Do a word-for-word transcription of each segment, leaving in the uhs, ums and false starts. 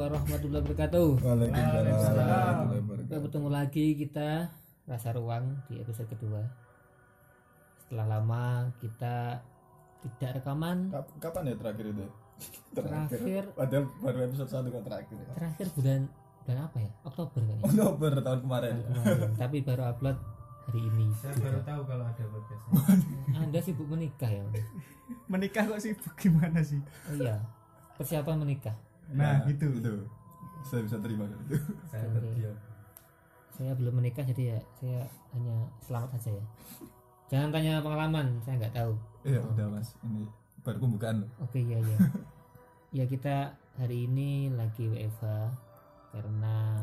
warahmatullahi wabarakatuh. Waalaikumsalam. Kita bertemu lagi kita Rasa Ruang di episode kedua. Setelah lama kita tidak rekaman. Kapan ya terakhir itu? Terakhir. Padahal baru episode satu kan terakhir. Terakhir bulan bulan apa ya? Oktober kayaknya. Oktober tahun kemarin. Tahun kemarin. Tapi baru upload hari ini. Saya baru tahu kalau ada podcast. Anda sibuk menikah ya? Menikah kok sibuk gimana sih? Oh iya. Persiapan menikah. Nah, Nah gitu. itu. Saya bisa terima kan itu. Saya Oke. terdiam. Saya belum menikah jadi ya saya hanya selamat saja ya. Jangan tanya pengalaman, saya nggak tahu. Iya udah mas, ini baru pembukaan loh. Oke ya ya. Ya kita hari ini lagi W F H karena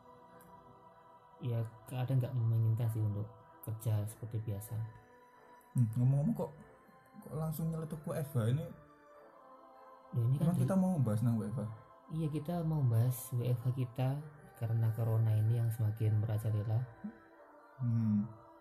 ya kadang nggak menginginkan sih untuk kerja seperti biasa. Hmm, ngomong-ngomong kok kok langsung nyeletuk W F H ini? Loh, ini kan Emang kita mau bahas nang W F H? iya kita mau bahas W F H kita karena corona ini yang semakin merajalela. Hmm.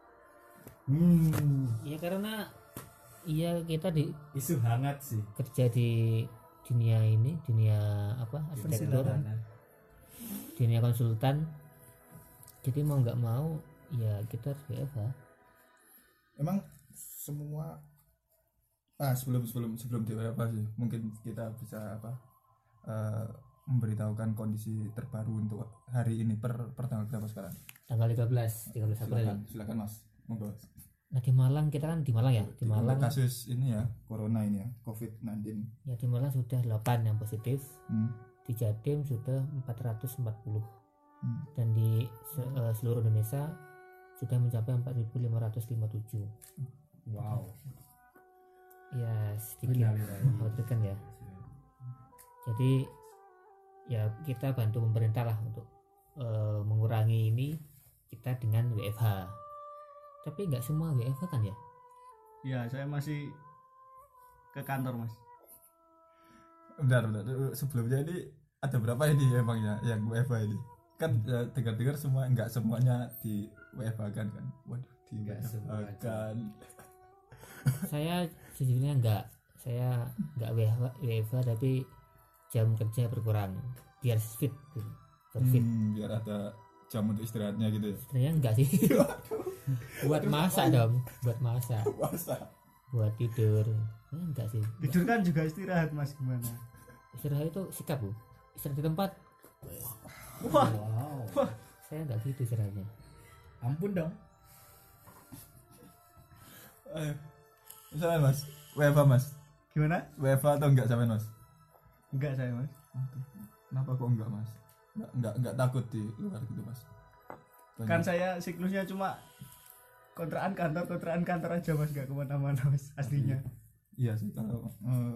Hmm. Ya karena iya kita di Isu hangat sih. kerja di dunia ini dunia apa arsitektur, dunia konsultan. Jadi mau nggak mau ya kita harus W F H. Emang semua ah sebelum sebelum sebelum di W F H sih mungkin kita bisa apa eh, memberitahukan kondisi terbaru untuk hari ini per, per tanggal berapa sekarang? Tanggal tiga belas tiga belas April. Silakan, silakan mas, monggo. Nah di Malang kita kan di Malang ya, di Malang Untuk kasus ini ya corona ini ya covid sembilan belas. ya di Malang sudah delapan yang positif, Hmm. di Jatim sudah empat ratus empat puluh Hmm. dan di se- eh, seluruh Indonesia sudah mencapai empat ribu lima ratus lima puluh tujuh. Wow. Ya sedikit mengkhawatirkan ya. Jadi ya kita bantu pemerintah lah untuk eh, mengurangi ini kita dengan W F H. Tapi nggak semua W F H kan ya? Iya, saya masih ke kantor, Mas. Bentar, bentar. Sebelumnya ini ada berapa ini emangnya yang W F H ini? Kan ya, dengar-dengar semua enggak semuanya di W F H kan kan? Waduh, di Enggak W F H semua kan. Saya sejujurnya nggak, saya nggak W F H, W F H tapi jam kerja berkurang biar fit, gitu. Biar fit. Hmm, biar ada jam untuk istirahatnya gitu ya. Sebenarnya enggak sih. Buat masak dong, buat masak, Puasa. buat tidur. Ya, enggak sih. Tidur kan juga istirahat, Mas, gimana? Istirahat itu sikap bu. Istirahat di tempat. Wah, Wah, saya enggak gitu istirahatnya. ampun dong. Ayo. Sampai mas, W F H mas. Gimana? W F H atau enggak sampai mas? Enggak saya, Mas. Aduh, kenapa kok enggak mas? Enggak, enggak, enggak takut di luar gitu mas? Banyak. Kan saya siklusnya cuma kontrakan kantor, kontrakan kantor aja, Mas, enggak kemana-mana, Mas, aslinya. Iya sih kalau eh,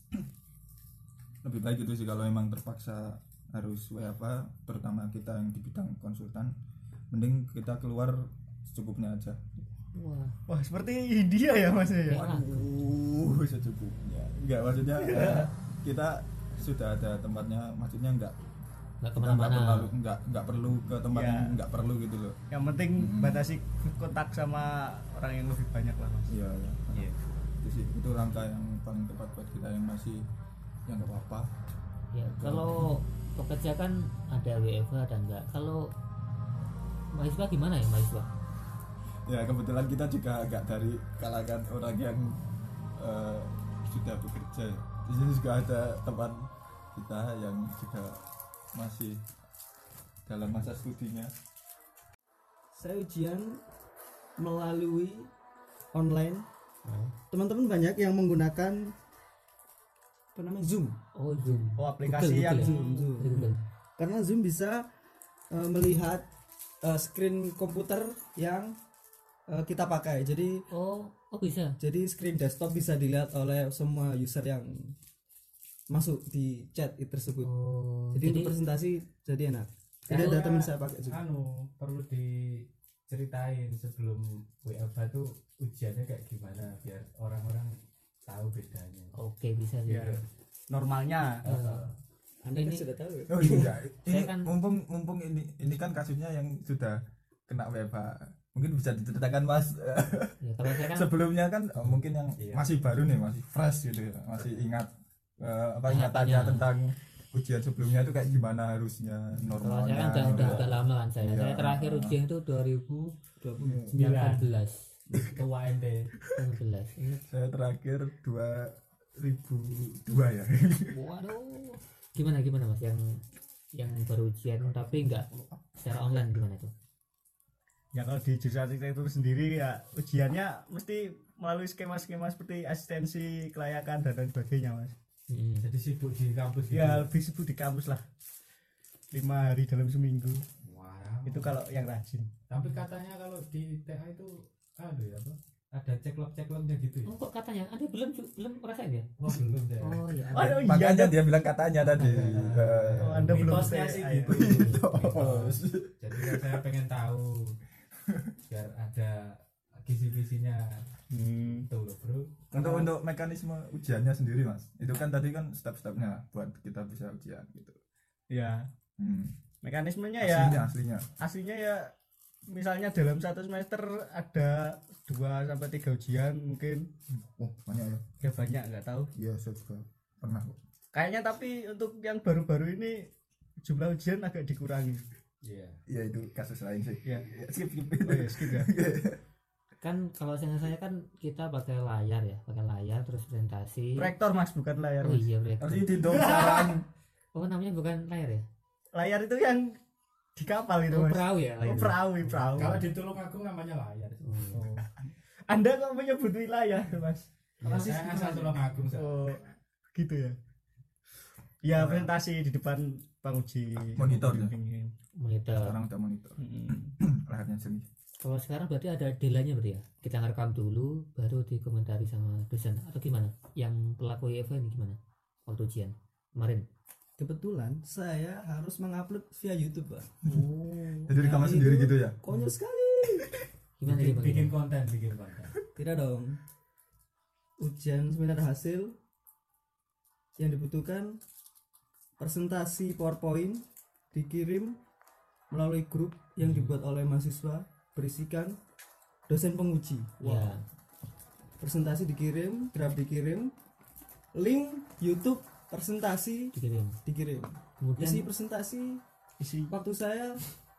lebih baik itu sih kalau emang terpaksa harus W F H, terutama kita yang di bidang konsultan, mending kita keluar secukupnya aja. Wah, Wah, seperti India ya, Mas ya. Ya. Waduh, secukupnya. Enggak maksudnya eh, kita sudah ada tempatnya, maksudnya enggak enggak kita enggak kemana-mana. perlu enggak enggak perlu ke tempat Iya. yang enggak perlu gitu loh. Yang penting Mm-mm. batasi kontak sama orang yang lebih banyak lah, Mas. Iya, iya. Iya. Itu sih itu langkah yang paling tepat buat kita yang masih yang enggak apa-apa. Ya, kalau pekerja kan ada W F H ada enggak. Kalau mahasiswa gimana ya mahasiswa? Ya kebetulan kita juga agak dari kalangan orang yang eh, sudah bekerja. Di sini juga ada teman kita yang juga masih dalam masa studinya. Saya ujian melalui online. Oh, Teman-teman banyak yang menggunakan apa namanya Zoom. oh Zoom. Oh, aplikasi Google, yang Google ya? Zoom, Zoom. Google. Karena Zoom bisa eh, melihat eh, screen komputer yang eh, kita pakai. Jadi Oh, oh bisa. jadi screen desktop bisa dilihat oleh semua user yang masuk di chat itu tersebut. Oh, Jadi, untuk presentasi jadi enak. Jadi ada teman saya pakai juga. Anu perlu diceritain sebelum W F H tuh ujiannya kayak gimana biar orang-orang tahu bedanya. oke bisa sih. ya, normalnya. Anda kan Ini- sudah tahu ya? Oh iya, ini Saya kan- mumpung mumpung ini ini kan kasusnya yang sudah kena W F H. Mungkin bisa diceritakan Mas. Ya, kalau saya kan Sebelumnya kan eh, mungkin yang Iya. masih baru nih, masih fresh gitu ya, masih ingat eh, apa ingatannya Ingatannya. tentang ujian sebelumnya itu kayak gimana harusnya Kalau saya normalnya. kan udah, udah, udah lama kan saya. Iya. Saya terakhir ujian itu dua ribu delapan Sembilan. belas. tua ente delapan belas. Ini Saya terakhir dua ribu dua ya. waduh. Gimana gimana Mas yang yang baru ujian tapi enggak secara online gimana tuh? Ya kalau di jurusan arsitektur sendiri ya ujiannya mesti melalui skema-skema seperti asistensi kelayakan dan lain sebagainya mas. Hmm. jadi sibuk di kampus gitu. Ya lebih sibuk di kampus lah, lima hari dalam seminggu Wow. itu kalau yang rajin. Tapi katanya kalau di T A itu ada ya apa? Ada ceklok-cekloknya gitu ya. Oh kok katanya? Anda belum belum ngerasain ya? Oh belum deh. Oh iya. Oh, ada. iya, Makanya Anda- dia bilang katanya tadi. Oh, Anda belum Mitosnya T A, sih ya. gitu. Mitos. Jadi kan saya pengen tahu biar ada kisi-kisinya Hmm. itu loh bro. Untuk untuk mekanisme ujiannya sendiri mas, itu kan tadi kan step-stepnya buat kita bisa ujian gitu. Ya Hmm. mekanismenya Aslinya ya aslinya. aslinya ya misalnya dalam satu semester ada dua sampai tiga ujian mungkin Oh banyak ya. ya banyak nggak tahu Iya saya juga pernah kok. kayaknya, tapi untuk yang baru-baru ini jumlah ujian agak dikurangi. Iya. Iya itu kasus lain sih. Ya. Ya, skip skip. Oh ya skip ya. Kan kalau saya saya kan kita pakai layar ya, pakai layar terus presentasi. Proyektor mas bukan layar. Oh Mas. iya proyektor. Harus itu dong sekarang. Oh namanya bukan layar ya? Layar itu yang di kapal itu Oh mas. perahu ya Oh, layar. perahu perahu. Kalau di Tulungagung namanya layar. Oh. Oh. Anda kok menyebut wilayah mas? Ya, saya asal Tulungagung. Sa. Oh gitu ya. Ya presentasi di depan penguji Monitor ya? Pembimbing. Monitor. Sekarang udah monitor. Mm-mm. Layarnya seni. Kalau sekarang berarti ada delay-nya berarti ya? Kita ngerekam dulu, baru dikomentari sama dosen atau gimana? Yang pelaku I F A ini gimana? Waktu ujian kemarin. Kebetulan saya harus mengupload via YouTube, Pak. Jadi rekaman Nah, sendiri itu gitu ya. Konyol sekali. Gimana Bikin, gimana? bikin gimana? konten, bikin konten. Tidak dong. Ujian seminar hasil yang dibutuhkan presentasi PowerPoint dikirim melalui grup yang dibuat oleh mahasiswa berisikan dosen penguji. Ya. Presentasi dikirim, draft dikirim, link YouTube presentasi Dikirim. dikirim. Kemudian Isi presentasi isi waktu saya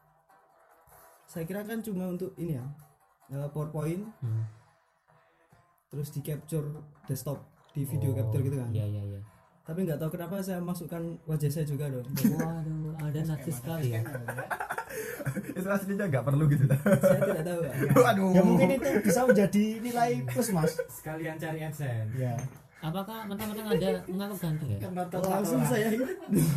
saya kira kan cuma untuk ini ya, eh, PowerPoint, hmm. terus di capture desktop di video Oh, capture gitu kan. Iya iya iya. Tapi nggak tahu kenapa saya masukkan wajah saya juga dong. Waduh, ada narsis sekali ya. Itu aslinya nggak perlu gitu. Saya tidak tahu. Pak. Waduh. Ya mungkin itu bisa menjadi nilai plus mas. Sekalian cari AdSense. Ya. Apakah mentang-mentang ada mengaku ganteng ya? Langsung saya ini.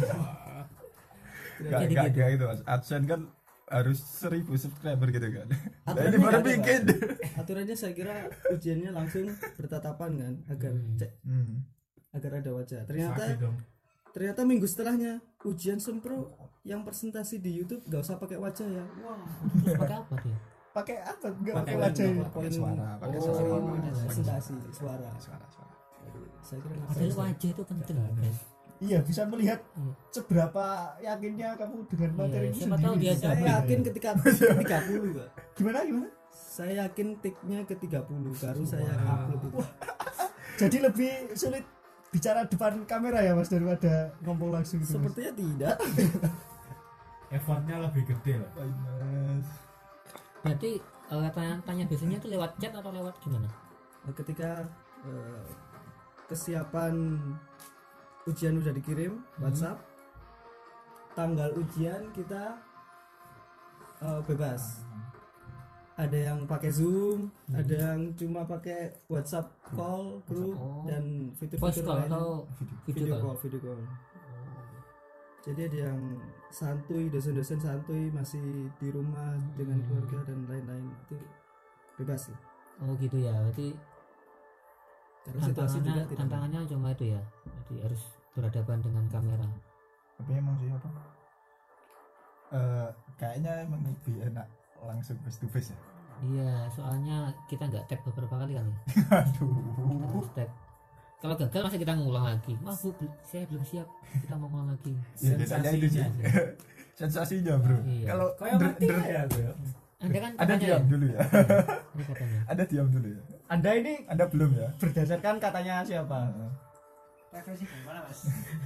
Gak, Jadi gak, gitu. gak gitu mas. AdSense kan harus seribu subscriber gitu kan. Nah, Aturannya ini baru nggak ada, bikin. Aturannya saya kira ujiannya langsung bertatapan kan agar Hmm. cek Hmm. agar ada wajah. Sakit Ternyata dong. ternyata minggu setelahnya ujian sempro yang presentasi di YouTube nggak usah pakai wajah ya. Wah, Terus pakai apa dia? Pakai apa? Enggak Pakai pakai wajah ini. PowerPoint Suara, pakai Oh, suara. presentasi suara. Suara, suara. Saya kira Padahal ngapain. wajah itu penting guys. Iya bisa melihat Hmm. seberapa yakinnya kamu dengan materi Iya, itu siapa tahu sendiri. dia Saya Double. yakin ketika tiga puluh Pak. Gimana gimana? Saya yakin take-nya ke tiga puluh baru saya upload itu. Jadi lebih sulit bicara depan kamera ya mas daripada ngomong langsung gitu. Mas. Sepertinya tidak. Effortnya lebih gede loh. Mas. Berarti eh, tanya, tanya biasanya itu lewat chat atau lewat gimana? Ketika eh, kesiapan ujian udah dikirim WhatsApp, tanggal ujian kita eh, bebas. Ada yang pakai Zoom, ada yang cuma pakai WhatsApp call, grup, Oh. dan Voice fitur-fitur call lain. atau video video call? call, video call. Jadi ada yang santuy, dosen-dosen santuy masih di rumah dengan keluarga dan lain-lain itu bebas ya. Oh gitu ya. Berarti Karena situasi juga tantangannya, tidak. tantangannya cuma itu ya. Jadi harus berhadapan dengan kamera. Tapi emang sih apa? Eh, kayaknya emang lebih enak langsung face to face ya. Iya, soalnya kita nggak tag beberapa kali kan ya. Aduh. Harus tag. Kalau gagal masa kita ngulang lagi. Wah bu, bel- saya belum siap. Kita mau ngulang lagi. Ya, biasanya itu sih. Sensasinya bro. Iya. Kalau Kayak der- mati der- ya bro. Anda kan ada katanya diam ya. dulu ya. Ini katanya. Ada diam dulu ya. Anda ini Anda belum ya. berdasarkan katanya siapa? Heeh. Referensi gimana mas?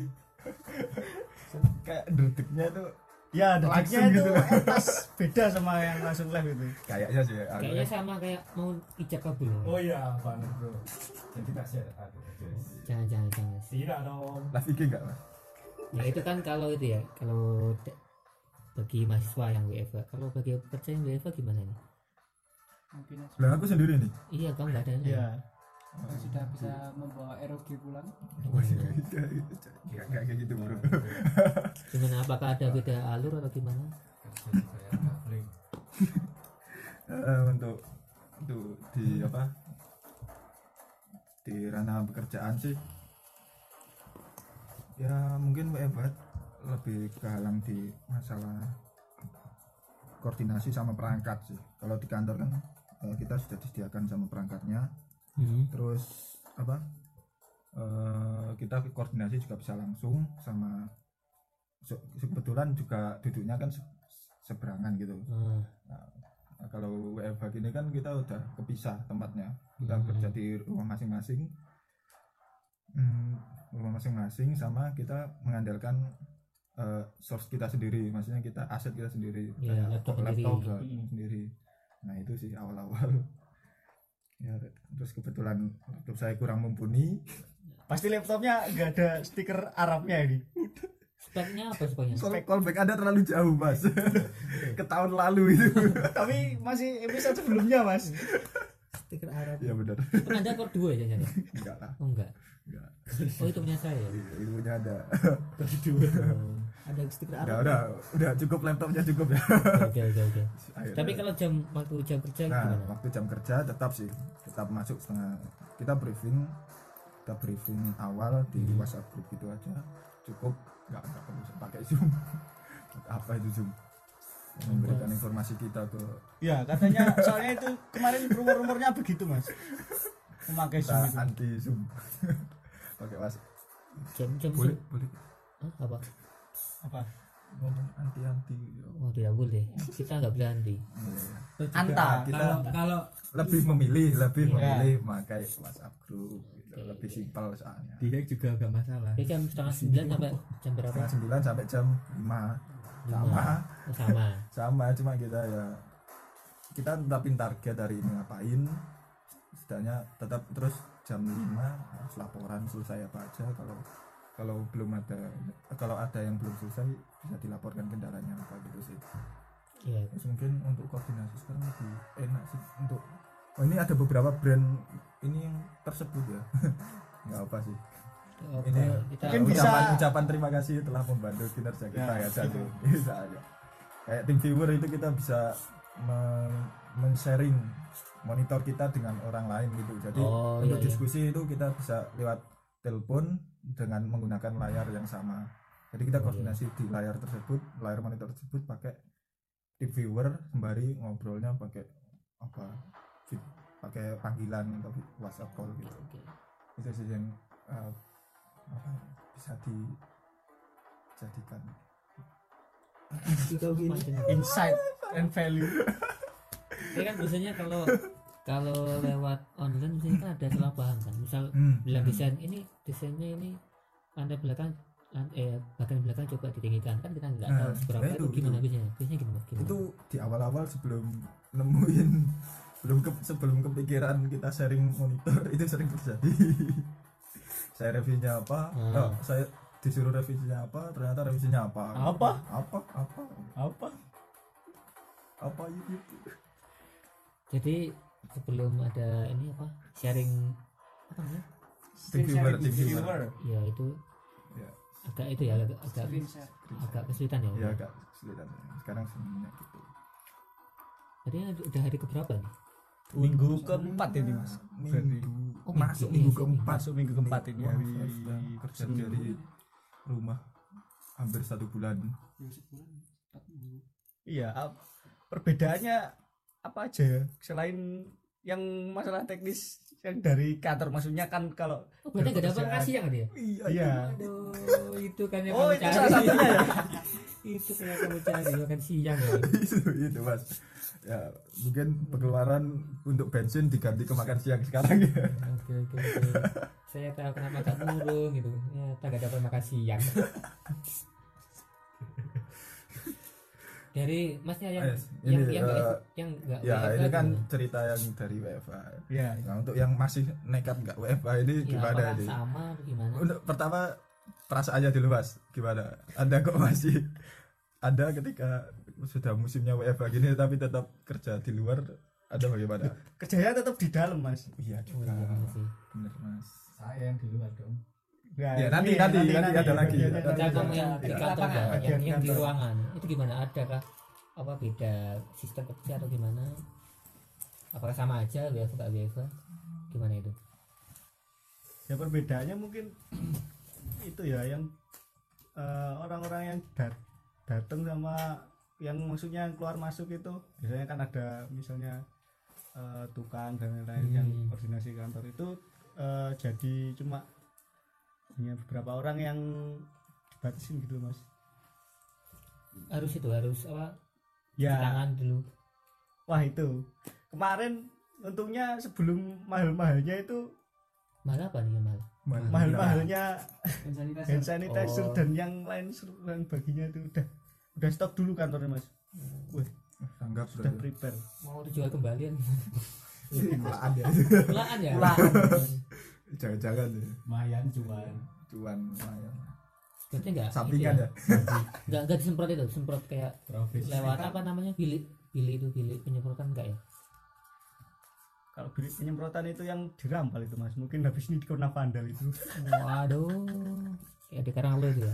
kayak duduknya tuh Ya dediknya Langsung itu gitu. etas beda sama yang langsung live itu. kayaknya sih aku Kayaknya sama kayak mau ijab kabul. Oh iya, banget bro. Jadi tak share. Aduh, guys. Jangan jangan jangan. Tidak dong. live I G enggak mas Ya itu kan kalau itu ya, kalau de- bagi mahasiswa yang W F H. Kalau bagi pekerja yang W F H gimana nih? Mungkin aja lah aku sendiri nih Iya, kamu nggak ada yang lain. Iya. sudah bisa membawa R O G pulang. oh iya nggak nggak kayak gitu bro Gimana? Apakah ada beda alur atau gimana? Kerja kayak traveling. Eh, untuk untuk di apa di ranah pekerjaan sih ya mungkin W F H lebih kehalang di masalah koordinasi sama perangkat sih. Kalau di kantor kan eh, kita sudah disediakan sama perangkatnya, Hmm. terus apa eh, kita koordinasi juga bisa langsung sama se- kebetulan juga duduknya kan se- seberangan gitu. Ah, Nah, kalau W F H ini kan kita udah kepisah tempatnya, kita Hmm. kerja di rumah masing-masing, Hmm, rumah masing-masing sama kita mengandalkan eh, source kita sendiri, maksudnya kita aset kita sendiri, Iya, kayak laptop laptop sendiri. lah, Hmm. sendiri. Nah itu sih awal-awal. Ya, terus kebetulan laptop saya kurang mumpuni, Pasti laptopnya nggak ada stiker Arabnya ini. speknya apa speknya? call callback Anda terlalu jauh mas, ke tahun lalu itu. Tapi masih episode sebelumnya mas. Stiker Arab. Ya benar, Kan Anda core dua ya, nyata? enggak lah, Oh enggak. enggak. Oh itu punya saya. Ilmunya ada. Oh. Ada stiker Udah, Arab. udah, udah cukup laptopnya cukup ya. Oke oke oke. Ayo, Tapi udah. kalau jam waktu jam kerja nah, gimana? waktu jam kerja tetap sih, tetap masuk setengah. Kita briefing, kita briefing awal di Hmm. WhatsApp group gitu aja, cukup. Nggak nggak perlu pakai Zoom. Apa itu Zoom? Memberikan informasi kita ke Ya katanya soalnya itu kemarin rumor-rumornya begitu mas. Memakai Zoom kita itu. anti Zoom. Pakai WhatsApp. Jam jam Boleh, boleh. Hah, apa? Apa? Ngomong anti-anti. Oh tidak boleh. Kita nggak boleh anti. Iya. Anta. Kita Kalau kalau lebih memilih, lebih Iya. memilih memakai WhatsApp group. Gitu. Lebih simpel soalnya. di hack juga agak masalah. Jadi jam setengah sembilan sampai jam berapa? Setengah sembilan sampai jam lima sama Oh, sama. sama cuma kita ya kita tetapin target hari ini ngapain, setidaknya tetap terus jam lima harus laporan selesai apa aja. Kalau kalau belum ada kalau ada yang belum selesai bisa dilaporkan kendalanya apa gitu sih. Iya. Terus mungkin untuk koordinasi sekarang lebih enak sih untuk oh ini ada beberapa brand ini yang tersebut ya. Nggak apa sih. Oke, Ini kita Mungkin bisa- ucapan ucapan terima kasih telah membantu kinerja kita Ya, ya, satu bisa aja. Kayak tim viewer itu kita bisa men- men-sharing monitor kita dengan orang lain gitu. Jadi Oh, untuk iya, iya. diskusi itu kita bisa lewat telepon dengan menggunakan layar yang sama. Jadi kita Oh, koordinasi di layar tersebut, layar monitor tersebut pakai tim viewer sembari ngobrolnya pakai apa? vid- pakai panggilan atau WhatsApp call gitu. Oke. Itu sih yang eh, apa ya, bisa dijadikan Kita gini. Insight and value. Tapi kan biasanya kalau kalau lewat online biasanya kan ada salah paham kan. Misal hmm. bilang desain ini desainnya ini lantai belakang lan- eh bagian belakang coba ditinggikan kan kita nggak Nah, tahu seberapa nah itu, itu, gimana itu. biasanya biasanya gimana, gimana? itu di awal-awal sebelum nemuin belum ke, sebelum kepikiran kita sharing monitor itu sering terjadi. Saya reviewnya apa, Hmm. oh, saya disuruh revisinya apa, ternyata revisinya apa Apa? apa apa Apa? apa YouTube. Jadi sebelum ada ini apa sharing apa namanya Tim viewer, tim viewer. ya itu Ya, agak itu ya agak agak, Screen share. agak kesulitan ya. ya agak kesulitan sekarang semuanya gitu. Jadi udah hari keberapa nih? Minggu keempat ini mas. Berarti Minggu Oh, masuk minggu, minggu iya, keempat. masuk minggu keempat ini Wah, hari saya sudah kerja Senin. dari rumah hampir satu bulan. Ya, sebulan, empat minggu. Iya, ap- perbedaannya apa aja ya? Selain yang masalah teknis yang dari kantor maksudnya kan kalau Oh, berarti nggak ada Pekerjaan. kasih ya kan dia? iya. Aduh, itu kan yang Oh, kamu itu cari. salah satunya ya. Itu kayak kamu cari makan siang ya. itu itu mas ya mungkin pengeluaran untuk bensin diganti ke makan siang sekarang ya. Oke oke oke. Saya tahu kenapa tak murung gitu. Ya, tak gak dapat makan siang. Dari masnya yang Yes, yang ini, yang uh, nggak yang nggak Ya W F H ini kan gimana? cerita yang dari W F H. Ya, Nah untuk yang masih nekat nggak W F H ini Ya, gimana apakah nih? sama atau gimana? Untuk pertama perasaannya dulu mas, gimana? Anda kok masih ada ketika sudah musimnya W F H gini tapi tetap kerja di luar, ada bagaimana? kerjanya tetap di dalam mas. Iya Oh, juga, iya bener sih. bener mas. Saya yang di luar dong. Nah, Ya, nanti, ini nanti, nanti ada lagi. bagiannya Nanti Kita nanti. kamu yang di Di kantor lapangan, nggak? yang, bagian yang di kantor. ruangan itu gimana, ada kah apa beda sistem kerja atau gimana, apakah sama aja W F H nggak W F H gimana itu? Ya perbedaannya mungkin itu ya yang eh, orang-orang yang dat- datang sama yang maksudnya yang keluar masuk itu biasanya kan ada misalnya eh, tukang dan lain-lain Hmm. yang koordinasi kantor itu eh, jadi cuma hanya beberapa orang yang dibatasin gitu mas. Harus itu harus apa cuci Ya, tangan dulu. wah itu kemarin untungnya sebelum mahal-mahalnya itu Malah apa nih mahal? mahal-mahalnya hand sanitizer. hand sanitizer Oh. dan yang lain lain baginya itu udah udah stok dulu kantornya mas. Wih, Tanggap sudah sudah. prepare. Mau dijual kembalian? Kulaan ya. Pulaan ya? Jangan-jangan ya. Mayan cuan. Cuan lumayan. Berarti enggak Sampingan ya. Enggak enggak disemprot itu, semprot kayak Profesi. lewat apa namanya bilik bilik itu bilik penyemprotan enggak ya? Kalau bilik penyemprotan itu yang dirampal itu mas, mungkin habis ini kena vandal itu. Waduh, kayak di Karanglo itu ya.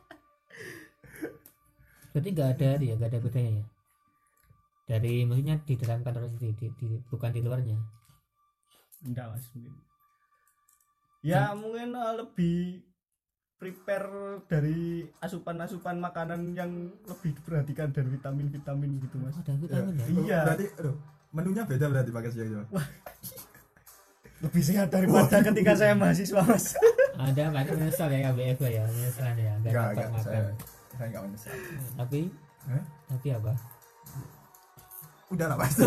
Berarti nggak ada ya, nggak ada bedanya ya. Dari maksudnya di dalam kantor sendiri, di, di, bukan di luarnya. Enggak mas mungkin. Ya mungkin uh, lebih prepare dari asupan-asupan makanan yang lebih diperhatikan dari vitamin-vitamin gitu mas. Oh, ada vitamin ya. Iya. Berarti aduh, menunya beda berarti pakai siang ya. Lebih sehat daripada ketika saya mahasiswa mas. Ada berarti menyesal ya W F H ya, menyesal ya, nggak Enggak, dapat enggak, makan. saya saya enggak menyesal. Tapi, Hah? tapi apa? Udah lah mas.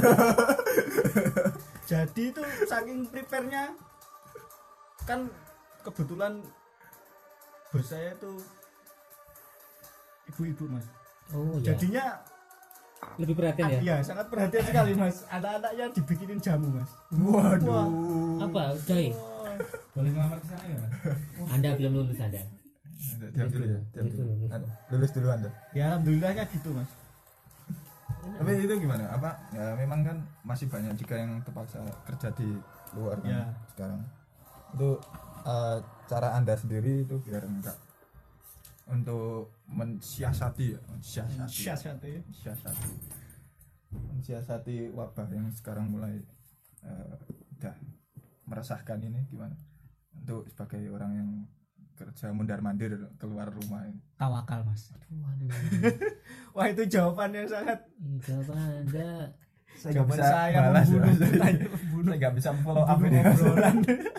Jadi itu saking prepare-nya kan kebetulan bos saya itu ibu-ibu mas. Oh ya. Jadinya Lebih perhatian ya. iya sangat perhatian sekali mas. Anak-anaknya dibikinin jamu mas. Waduh. Apa? Jahe. Boleh ngelamar ke sana ya mas? Anda belum lulus Anda. Diam dulu ya. Diam Lulus dulu. dulu, lulus. Anda- Lulus dulu Anda. Ya alhamdulillahnya gitu mas. Tapi itu gimana? Apa ya memang kan masih banyak juga yang terpaksa kerja di luar kan Ya. sekarang. Itu eh, cara Anda sendiri itu biar enggak untuk mensiasati ya, mensiasati. Siasat ya. Mensiasati. Mensiasati wabah yang sekarang mulai eh, udah meresahkan ini gimana? Untuk sebagai orang yang kerja mundar-mandir keluar rumah ini. Tawakal mas. Waduh. Wah itu jawaban yang sangat Ini jawaban Anda. Saya nggak jawaban bisa saya balas ya, membunuh Mas. pertanyaan Saya nggak bisa follow up ini. obrolan.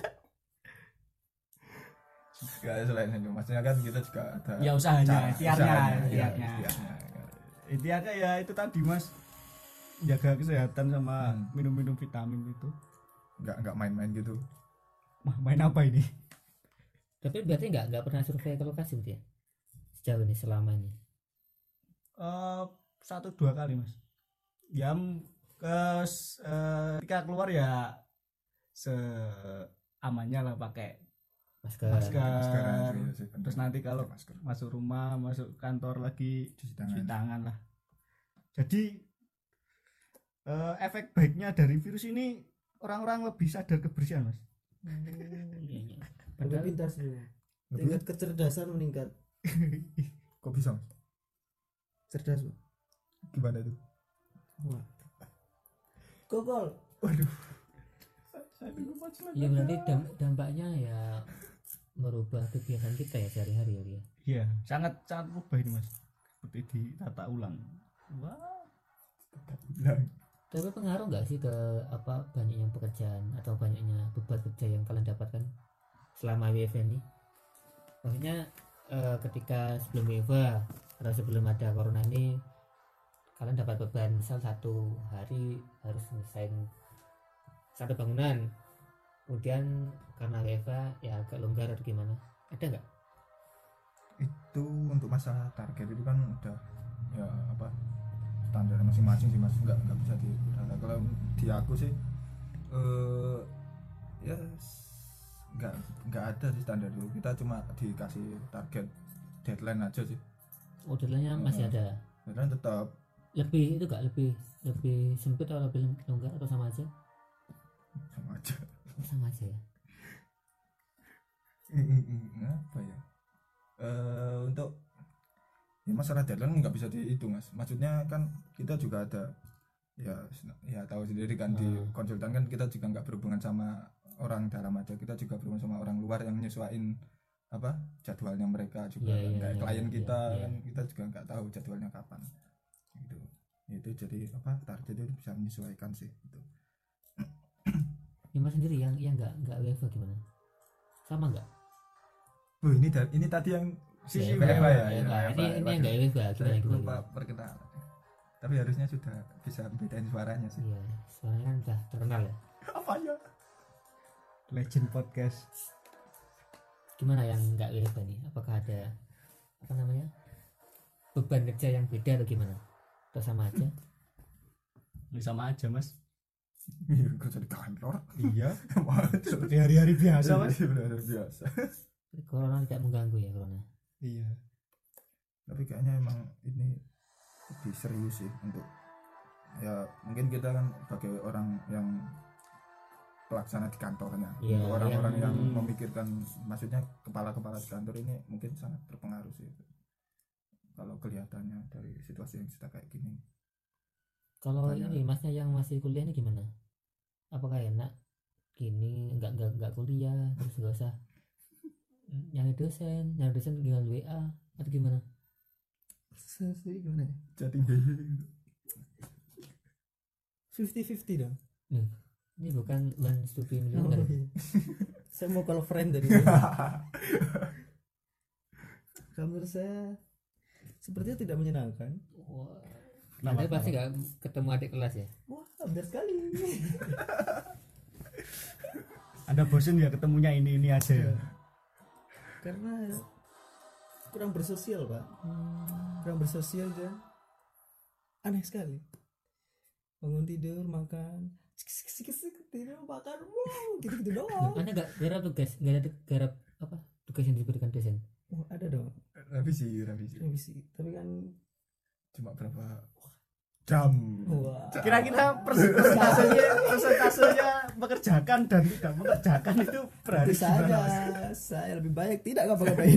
Gak selain itu, maksudnya kan kita juga ada Ya usahanya, cara- ikhtiarnya, usahanya, ya, ikhtiarnya. ikhtiarnya. Intinya ya itu tadi mas, jaga kesehatan sama Hmm. minum-minum vitamin itu. Nggak nggak main-main gitu. Mah main apa ini? Tapi berarti nggak nggak pernah survei ke lokasi berarti ya? Sejauh ini selama ini. Eh, satu dua kali mas. Ya m- ke eh, ketika keluar ya seamannya lah pakai Masker. masker. Masker, iya sih, bener. Terus nanti kalau Pakai masker. masuk rumah, masuk kantor lagi Cuci cuci tangan. tangan lah. Jadi eh, efek baiknya dari virus ini orang-orang lebih sadar kebersihan mas. Oh, iya, iya. Lebih Padahal pintar sih. Lebih- Tingkat kecerdasan meningkat. Kok bisa? Mas? Cerdas, Pak. Gimana itu? Wah. Gokol. Waduh. ya berarti dam- dampaknya ya merubah kegiatan kita ya sehari-hari ya dia. Iya, sangat sangat berubah ini mas. Seperti ditata ulang. Wah. Bilang. Tapi pengaruh nggak sih ke apa banyaknya pekerjaan atau banyaknya beban kerja yang kalian dapatkan selama W F H ini? Maksudnya eh, ketika sebelum W F H Kalau sebelum ada corona ini kalian dapat beban misal satu hari harus nyelesain satu bangunan, kemudian karena W F H ya agak longgar atau gimana, ada nggak? Itu untuk masalah target itu kan udah ya apa standar masing-masing sih mas, nggak nggak bisa di nah, kalau di aku sih eh ya nggak nggak ada sih standar itu, kita cuma dikasih target deadline aja sih. Oh, deadline-nya masih Hmm. ada. Deadline tetap Lebih itu nggak lebih lebih sempit atau lebih longgar atau sama aja? sama aja. Sama aja ya. Mm, mm, mm, apa ya Eh untuk ya masalah deadline nggak bisa dihitung mas, maksudnya kan kita juga ada ya ya tahu sendiri kan di Hmm. konsultan kan kita juga nggak berhubungan sama orang dalam aja, kita juga berhubungan sama orang luar yang nyesuaiin apa jadwalnya mereka juga Iya, kan. iya, Kayak iya, klien iya, kita iya. kan kita juga nggak tahu jadwalnya kapan gitu. Itu jadi apa target itu bisa menyesuaikan sih itu. Ya mas sendiri yang yang nggak nggak W F H gimana? Sama nggak? Oh ini da- ini tadi yang Sisi W F H ya, W F H. ya, Ini W F H. ini yang Waduh. nggak W F H Saya gimana gimana? lupa perkenalan. Tapi harusnya sudah bisa bedain suaranya sih. Iya, soalnya kan udah terkenal ya. Apa ya? Legend Podcast. Gimana yang nggak W F H nih? Apakah ada apa namanya beban kerja yang beda atau gimana? Atau sama aja? Ya, sama aja mas. Iya, kerja di kantor. Iya. Waduh. Seperti hari-hari biasa mas. Iya, benar biasa. Corona tidak mengganggu ya corona. Iya. Tapi kayaknya emang ini lebih serius sih untuk ya mungkin kita kan sebagai orang yang pelaksana di kantornya. Iya, Untuk orang-orang yang- yang memikirkan maksudnya kepala-kepala di kantor ini mungkin sangat berpengaruh sih. Kalau kelihatannya dari situasi yang sudah kayak gini. Kalau Banyak. ini masnya yang masih kuliah ini gimana? Apakah enak gini nggak nggak nggak kuliah terus nggak usah nyari dosen, nyari dosen tinggal W A atau gimana? Saya sendiri gimana ya? Jadi fifty fifty dong. Nih, ini bukan one stupid Oh, miliuner. iya. Saya mau kalau friend dari kalau menurut saya sepertinya tidak menyenangkan. Wah, Kenapa, Anda pasti kenapa? nggak ketemu adik kelas ya? Wah, benar sekali. Ada bosen ya ketemunya ini ini aja ya. Karena kurang bersosial, Pak. Kurang bersosial dan aneh sekali. Bangun tidur, makan, sik-sik-sik, tidur, makan, wow, gitu-gitu doang. Anda nggak garap tugas, nggak ada garap apa tugas yang diberikan dosen? Oh, ada dong, revisi, revisi. revisi. Tapi kan, Cuma berapa jam? wah, Kira-kira persentasenya persentasenya mengerjakan dan tidak mengerjakan itu berarti tentu saja gimana? saya lebih baik tidak ngapa-ngapain.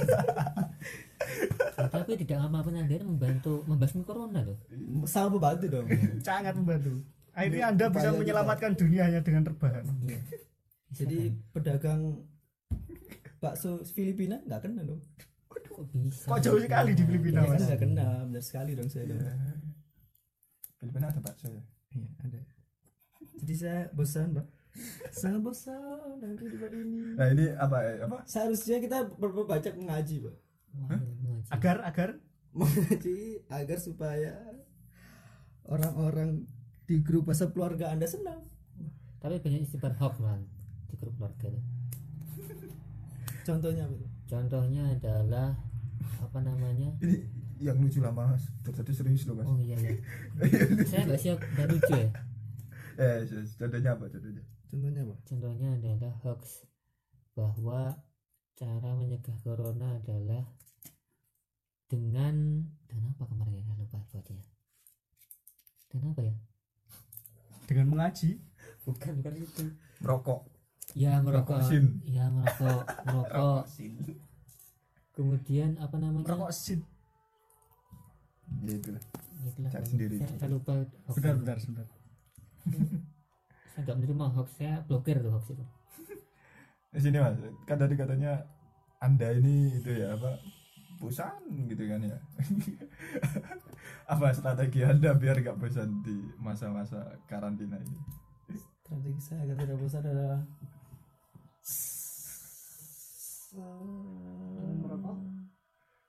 Tapi tidak ngapa-ngapain Anda membantu membasmi corona loh. Sangat membantu dong. Sangat membantu. Akhirnya Anda bisa Upaya kita. menyelamatkan dunia hanya dengan rebahan. Jadi pedagang bakso Filipina nggak kena dong. Kok bisa? Kok jauh sekali di Filipina, Ya, kan Mas? nggak kena, benar sekali dong saya dong. Filipina ada bakso ya? Iya, ada. Jadi saya bosan, Pak. Sangat bosan dengan kehidupan ini. Nah ini apa eh, apa? Seharusnya kita berbanyak mengaji, Pak. Wah, mengaji. Agar agar Mengaji agar supaya orang-orang di grup WhatsApp keluarga Anda senang. Tapi banyak istighfar hoax man di grup keluarga itu. Contohnya apa tuh? Contohnya adalah apa namanya? Ini yang lucu lah mas. Jadi serius loh mas. Oh iya ya. Saya nggak siap nggak lucu ya. Eh contohnya apa contohnya? Contohnya apa? Contohnya adalah hoax bahwa cara mencegah corona adalah dengan dengan apa kemarin ya lupa bacanya. Dengan apa ya? dengan mengaji. Bukan bukan itu. Merokok. Ya merokok. Merokok sin. Ya merokok, merokok. Kemudian apa namanya? Rokok sin. Ya itulah. Itulah, Cari Bang. sendiri. Saya, saya lupa hoax. Benar benar benar. Saya nggak menerima hoax, saya blokir tuh hoax itu. Di sini mas. Kan tadi katanya anda ini itu ya apa? Bosan gitu kan ya. Apa strategi anda biar gak bosan di masa-masa karantina ini? Strategi saya agar tidak bosan adalah Merokok.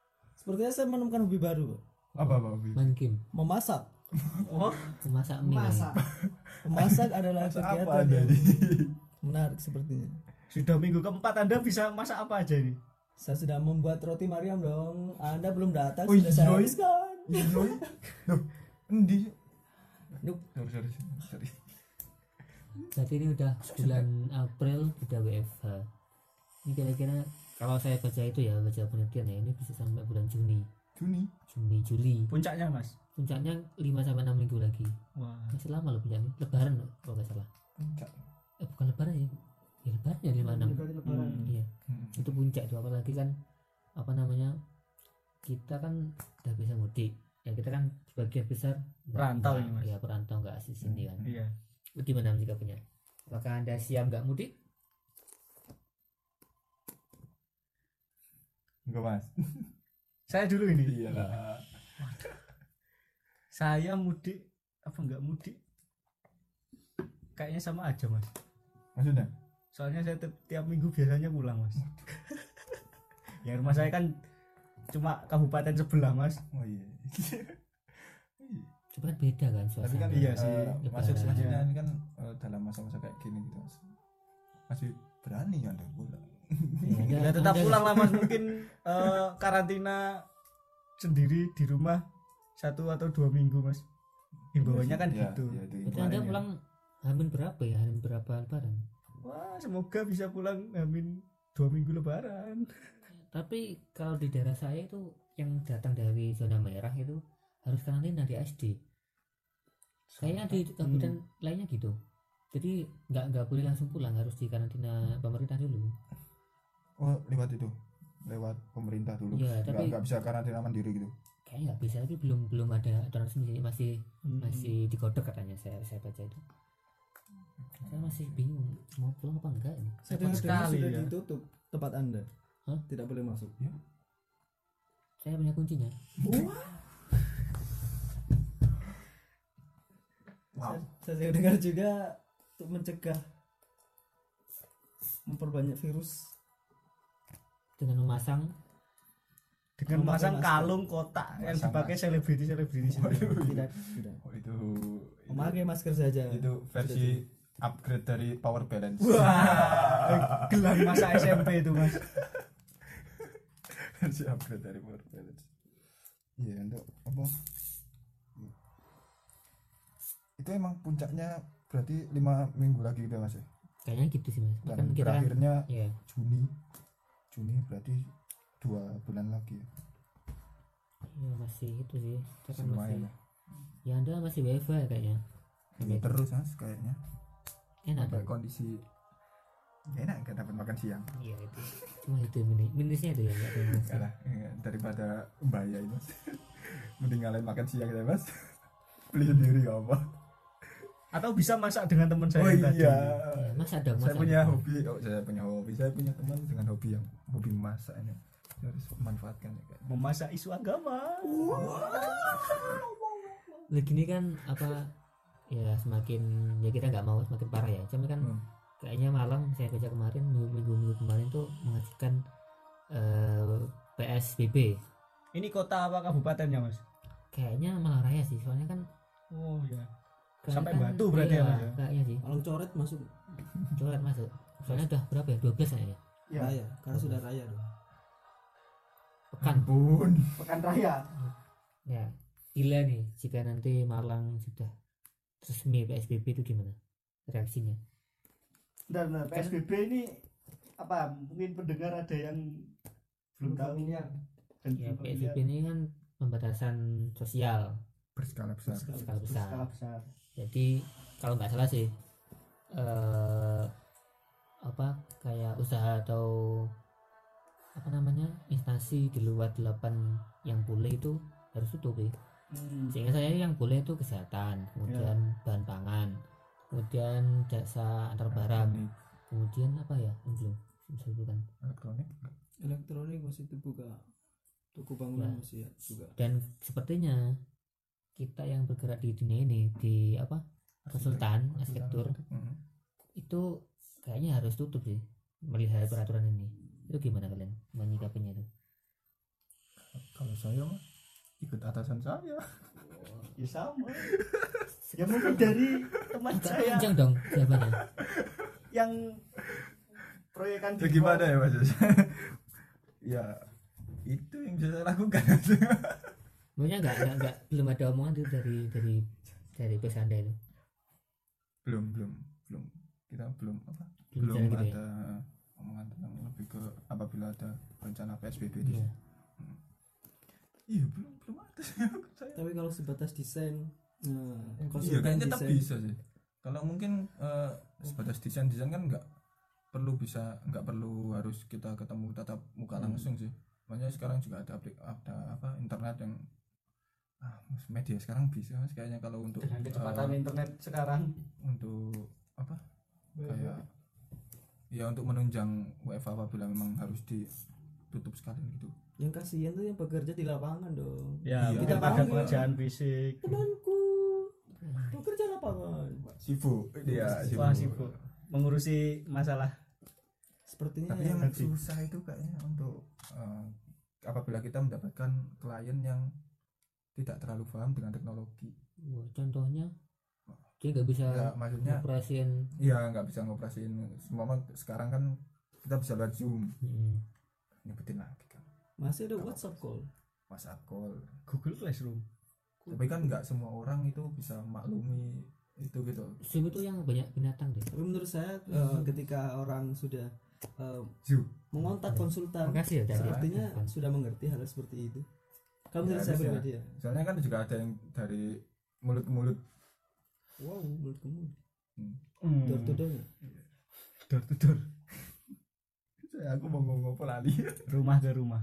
Sepertinya saya menemukan hobi baru, Pak. Apa apa hobi? main game, Memasak. Oh, memasak mie. masak. Memasak adalah Masa kegiatan apa ada yang ini? menarik sepertinya. Sudah minggu keempat Anda bisa masak apa aja ini? Saya sudah membuat roti Mariam dong. Anda belum datang, Oh, sudah saya iya. habiskan. Iya, Loh, endi? Nup. Sorry, sorry, sorry. Berarti ini udah bulan April udah W F H. Ini kira-kira kalau saya baca itu ya, baca penelitian ya, ini bisa sampai bulan Juni, Juni. Juni, Juli. Puncaknya Mas. Puncaknya lima sampai enam minggu lagi. Wah. Masih lama loh puncaknya. Lebaran loh kalau nggak salah. Puncak. Eh bukan lebaran ya. Ya lebaran ya lima enam. Berarti lebaran. Hmm. Iya. Hmm. Itu puncak tuh, apalagi kan apa namanya? Kita kan udah bisa mudik. Ya kita kan sebagian besar nggak- Perantau nggak- ini, Mas. Ya perantau nggak asli sini kan. Iya. Itu gimana sikapnya? Apakah Anda siap nggak mudik? Enggak, Mas. Saya dulu ini. Iya lah. Saya mudik apa enggak mudik? Kayaknya sama aja, Mas. Maksudnya? Soalnya saya ti- tiap minggu biasanya pulang, Mas. Ya rumah saya kan cuma kabupaten sebelah, Mas. Oh iya. Coba kan beda kan Tapi suasana. kan Iya eh, sih. masuk Lebaran. maksudnya ini kan eh, dalam masa-masa kayak gini gitu, Mas. Masih berani ya Anda pulang. Ya, Ya tetap Anda- pulang lah, Mas. Mungkin eh, karantina sendiri di rumah satu atau dua minggu, Mas. Himbauannya kan Iya, gitu. iya, itu Berarti Anda himbauannya. pulang hamin berapa ya? Hamin berapa lebaran? Wah, semoga bisa pulang amin dua minggu lebaran. Tapi kalau di daerah saya itu yang datang dari zona merah itu harus karantina di S D. Kayaknya di kabupaten lainnya gitu. Jadi nggak nggak boleh langsung pulang, harus di karantina pemerintah dulu. Oh, lewat itu. Lewat pemerintah dulu. Iya, Nggak- tapi- nggak bisa karantina mandiri gitu. Kayaknya nggak bisa, tapi belum belum ada aturan resmi, masih Hmm. masih digodok katanya, saya saya baca itu. Saya masih bingung mau pulang apa enggak ini. Saya Cepat dengar sekali sudah ya. ditutup tempat Anda. Hah? Tidak boleh masuk. Saya punya kuncinya. Wow. Saya, saya dengar juga untuk mencegah memperbanyak virus. Dengan memasang Dengan Memakai masang masker. kalung kotak yang Masang dipakai selebriti selebriti. Tidak, tidak. Oh, itu Memakai masker saja. itu versi upgrade dari power balance. Wah, gelang masa S M P itu, Mas. Versi upgrade dari power balance. Iya, untuk apa? Itu emang puncaknya berarti lima minggu lagi gitu, Mas ya? kayaknya gitu sih mas. Dan Kan kita kan berakhirnya ya Juni. Juni berarti dua bulan lagi ya. ya masih itu sih. Kita kan Lumayan masih ya. ya Anda masih W F H kayaknya. Ini terus Mas kayaknya. Enak Sampai dong. kondisi ya enak nggak dapat makan siang. Iya itu. Cuma itu minus minusnya itu ya. nggak ada minusnya. Enggak lah, ya, daripada bahaya itu Mas. Mending ngalahin makan siang ya Mas. Beli sendiri nggak apa. Atau bisa masak dengan teman saya Oh yang tadi. iya. Ya, masa dong. Saya masa punya dong. hobi, oh saya punya hobi, saya punya teman dengan hobi yang hobi masak ini. Saya harus manfaatkan ya. Kak. Memasak isu agama. Lagi ini kan apa ya semakin ya kita nggak mau semakin parah ya. Cuma kan Hmm. kayaknya Malang saya baca kemarin minggu-minggu kemarin tuh mengajukan eh, P S B B. Ini kota apa kabupatennya, Mas? Kayaknya Malang Raya sih, soalnya kan Oh ya. kayaknya Sampai kan- Batu berarti ya, iya, Mas, ya? Kayaknya sih. Malang coret masuk Coret masuk. Soalnya udah berapa ya? dua belas ya? Ya. raya, karena sudah raya dong. Pekan. Ampun. Pekan Raya. Ya. Gila nih jika nanti Malang sudah resmi P S B B itu gimana reaksinya? Dan nah, P S B B ini apa? Mungkin pendengar ada yang belum tahu ini ya. Dan Ya belum P S B B familiar. ini kan pembatasan sosial Berskala besar. skala besar. Skala besar. Jadi kalau nggak salah sih eh, apa kayak usaha atau apa namanya instansi di luar delapan yang boleh itu harus tutup ya. Hmm. Sehingga saya yang boleh itu kesehatan, kemudian bahan pangan, kemudian jasa antar barang, Elektronik. kemudian apa ya yang belum bisa disebutkan. Elektronik. Elektronik masih dibuka. Toko bangunan Ya. masih ya, juga. Dan sepertinya kita yang bergerak di dunia ini di apa konsultan arsitektur Hmm. itu kayaknya harus tutup sih melihat peraturan ini. Itu gimana kalian menyikapinya itu? Kalau saya mah ikut atasan saya. Ya sama. Ya mungkin dari teman Agak saya panjang dong jawabannya. yang proyekan Itu gimana ya Mas? Ya itu yang bisa saya lakukan. Maksudnya enggak enggak enggak belum ada omongan itu dari dari dari bos Anda itu. belum belum belum kita belum apa Belum belum jalan gitu ada omongan tentang lebih ke apabila ada rencana P S B B di Iya. Hmm. Iya belum belum ada sih saya. Tapi kalau sebatas desain, nah, Iya konsultan kayaknya tetap desain. bisa sih. Kalau mungkin eh, sebatas desain desain kan nggak perlu bisa nggak perlu harus kita ketemu tatap muka Hmm. langsung sih. Makanya sekarang juga ada aplik- ada apa internet yang ah media sekarang bisa Mas, kayaknya kalau untuk dengan kecepatan eh, internet sekarang. untuk apa kayak ya untuk menunjang W F H apabila memang harus ditutup sekalian gitu. Yang kasihan tuh yang bekerja di lapangan dong. Ya, Iya. kita Kita ada panggil. pekerjaan fisik. Temanku bekerja lapangan. Sibuk dia Wah, sibuk mengurusi masalah. Sepertinya Tapi yang yang susah itu kayaknya untuk eh, apabila kita mendapatkan klien yang tidak terlalu paham dengan teknologi. Wah, contohnya dia nggak bisa Ya, maksudnya operasiin. iya nggak bisa ngoperasiin semua mah sekarang kan kita bisa lihat Zoom Mm. nyebutin lagi kan masih ada WhatsApp call. WhatsApp call. Google Classroom. Tapi kan nggak semua orang itu bisa maklumi itu gitu. Zoom itu yang banyak binatang deh. Tapi menurut saya eh, ketika orang sudah eh, Zoom. mengontak konsultan, Makasih ya dari sepertinya sudah mengerti hal seperti itu. Kalau menurut Ya, saya harusnya. pribadi ya. Soalnya kan juga ada yang dari mulut ke mulut. Wow, menurut kamu Hmm. door to door nggak? Door to door. Saya aku mau ngomong apa lali. Rumah ke rumah.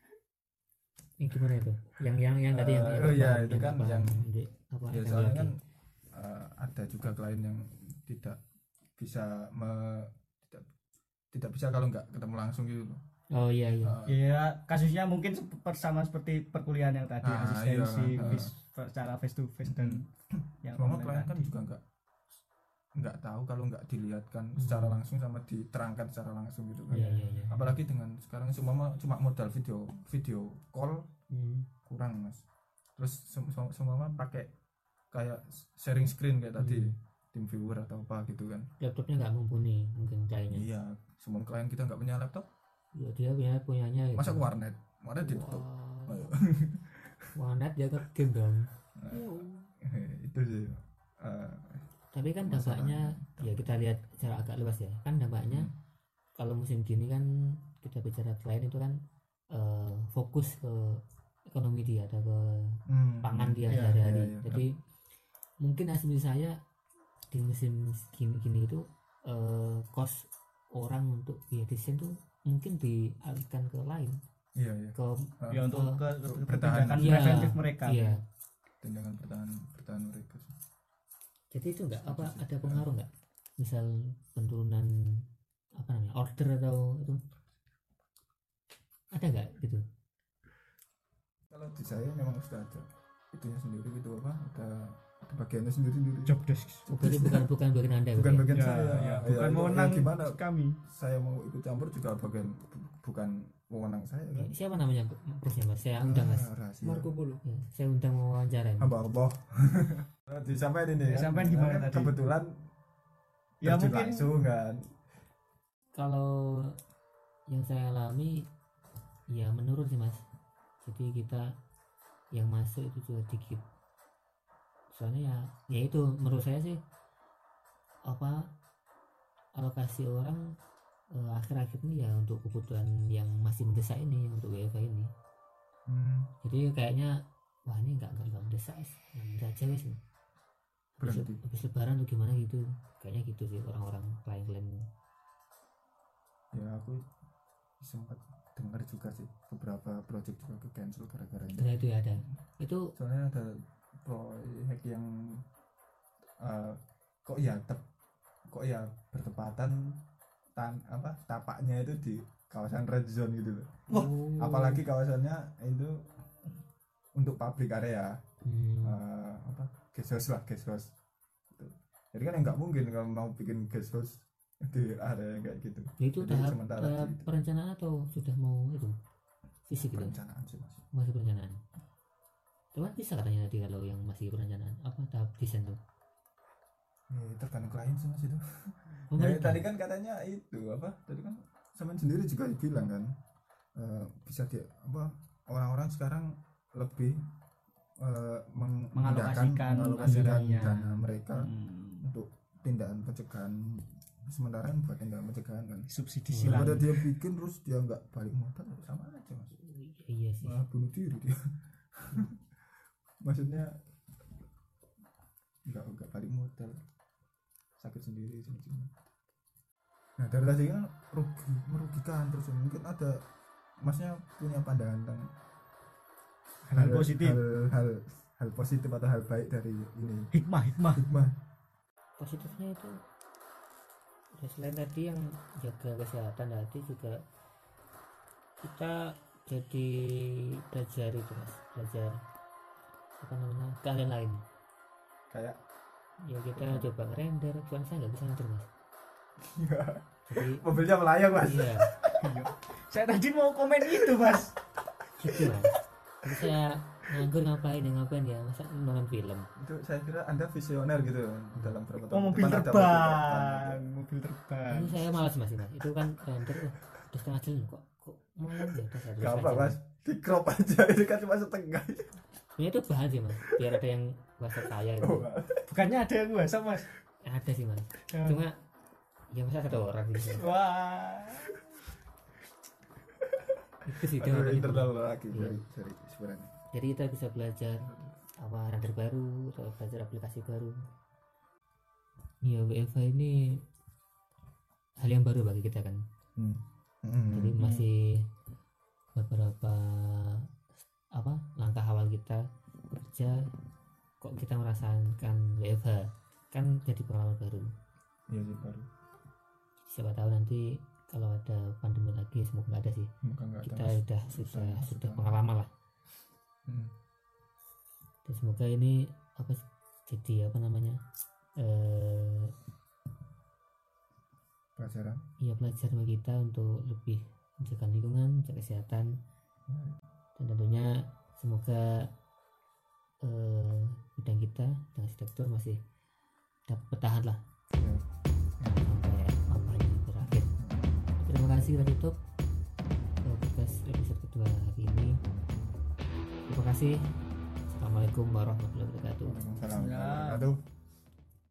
Ini gimana itu? Yang yang yang tadi yang Eh, yang oh iya, paham, itu kan paham. yang- Jadi, apa Ya yang soalnya lagi? kan eh, ada juga klien yang tidak bisa me- tidak tidak bisa kalau nggak ketemu langsung gitu loh. Oh iya iya. Eh, Ya, kasusnya mungkin sep- sama seperti perkuliahan yang tadi, Ah, asistensi iya. face- secara face to face dan yang Semua online klien kan tadi. juga nggak nggak tahu kalau nggak dilihatkan secara langsung sama diterangkan secara langsung gitu kan. Iya iya iya. Apalagi dengan sekarang semua mah cuma modal video video call Hmm. kurang mas. Terus sem- sem- semua mah pakai kayak sharing screen kayak tadi Hmm. tim viewer atau apa gitu kan. Laptopnya nggak mumpuni mungkin kayaknya. Iya, semua klien kita nggak punya laptop. Ya, dia punya punyanya. Gitu. Masa ke warnet, warnet ditutup. Wah. Ayo. Warnet dia ke game dong. Itu sih. Eh, Tapi kan Masalah. dampaknya ya kita lihat secara agak luas ya. Kan dampaknya Hmm. kalau musim gini kan kita bicara klien itu kan eh, fokus ke ekonomi dia atau ke hmm, pangan dia iya, sehari-hari. iya, iya. Jadi mungkin asumsi saya di musim gini, gini itu eh, cost orang untuk biaya desain tuh mungkin dialihkan ke lain, Iya, iya. ke Eh, Ya untuk Eh, ke, untuk ke bertahan. tindakan Iya, preventif mereka. iya. tindakan bertahan bertahan mereka sih. Jadi itu enggak apa ada pengaruh enggak? Misal penurunan apa namanya order atau itu ada enggak gitu? Kalau di saya memang sudah ada itunya sendiri gitu apa ada ada bagiannya sendiri sendiri. Job desk. Jadi bukan bukan bagian anda Bukan gitu ya? bagian Ya, saya. ya, Ya, bukan itu- wewenang ya gimana kami. saya mau ikut campur juga bagian bu- bukan wewenang saya kan. Siapa namanya bosnya mas? Saya undang mas. Ah, rahasia. Marco Polo. Ya, saya undang mau wawancara ini. Hamba Allah. Disampaikan ini. kan. Disampaikan gimana Kan tadi? Kebetulan Ya terjun mungkin langsung kan. Kalau yang saya alami ya menurun sih mas. Jadi kita yang masuk itu juga dikit. Soalnya ya, ya itu menurut saya sih apa alokasi orang eh, akhir-akhir ini ya untuk kebutuhan yang masih mendesak ini untuk W F H ini. Hmm, Jadi kayaknya wah ini nggak nggak nggak mendesak sih, nggak aja wis. Habis, berhenti. habis lebaran tuh gimana gitu, kayaknya gitu sih orang-orang klien-klien. Ya aku sempat dengar juga sih beberapa project juga ke cancel gara-gara ini. Setelah itu ya ada itu Soalnya ada proyek yang eh, kok ya tep, kok ya bertepatan tan apa tapaknya itu di kawasan red zone gitu loh. oh, Apalagi kawasannya itu untuk public area, hmm, eh, apa guest house lah guest house. Gitu. Jadi kan nggak mungkin kalau mau bikin guest house di area yang kayak gitu. itu Jadi tahap sementara tahap gitu. perencanaan atau sudah mau itu fisik gitu perencanaan sih masih. masih perencanaan cuman bisa katanya tadi kalau yang masih perencanaan apa tahap desain tuh Ya, tergantung klien sih mas itu. oh, Ya, mereka. tadi kan katanya itu apa? Tadi kan Saman sendiri juga bilang kan eh, bisa di apa orang-orang sekarang lebih eh, meng- memindahkan- Mengalokasikan mengalokasikan anggarannya. dana mereka Hmm. untuk tindakan pencegahan, sementara yang buat tindakan pencegahan kan. Subsidi silang. Daripada dia bikin terus dia nggak balik modal sama aja mas. iya sih Malah bunuh diri dia. Maksudnya nggak nggak balik modal, sakit sendiri cuma. Nah dari tadi kan rugi, merugikan terus mungkin ada masnya punya pandangan tentang Hal positif. hal, hal hal positif atau hal baik dari ini Hikmah, hikmah. hikmah. positifnya itu ya selain tadi yang jaga kesehatan tadi juga kita jadi belajar itu mas belajar apa namanya keahlian lain Kayak ya kita coba ngerender cuman saya nggak bisa render mas jadi mobilnya melayang mas. iya Saya tadi mau komen itu, Mas. gitu mas jadi saya nganggur ngapain ya ngapain ya masa nonton film Itu saya kira anda visioner gitu dalam berapa tahun Oh, mobil depan ada terbang. Mobil terbang. itu saya malas mas mas itu kan render oh, udah setengah jam kok kok malam ya udah saya Gak apa aja. mas, di crop aja ini kan cuma setengah. sebenarnya itu bahan sih mas biar ada yang whatsapp saya gitu. Oh, Bukannya ada yang WhatsApp, Mas? ada sih mas Ya. cuma ya masa satu orang gitu Wah. itu sih aduh, jawabannya. internal lagi Iya. dari dari sebenarnya. Jadi kita bisa belajar apa render baru atau belajar aplikasi baru ya W F H ini hal yang baru bagi kita kan Hmm. Hmm. jadi masih beberapa apa langkah awal kita kerja kok kita merasakan W F H kan jadi pengalaman baru Iya sih baru. siapa tahu nanti kalau ada pandemi lagi semoga nggak ada sih Muka nggak ada. kita Mas. udah sudah Sudah- sudah sudah. pengalaman lah Hmm. dan semoga ini apa sih, jadi apa namanya eh Pelajaran. ya pelajaran bagi kita untuk lebih menjaga lingkungan menjaga kesehatan dan tentunya semoga eh, bidang kita dan arsitektur masih dapat bertahan lah Ya. sampai apa ini berakhir. Terima kasih kita tutup eh, podcast episode kedua hari ini. Terima kasih. Assalamualaikum warahmatullahi wabarakatuh. Waalaikumsalam. Ya. Aduh.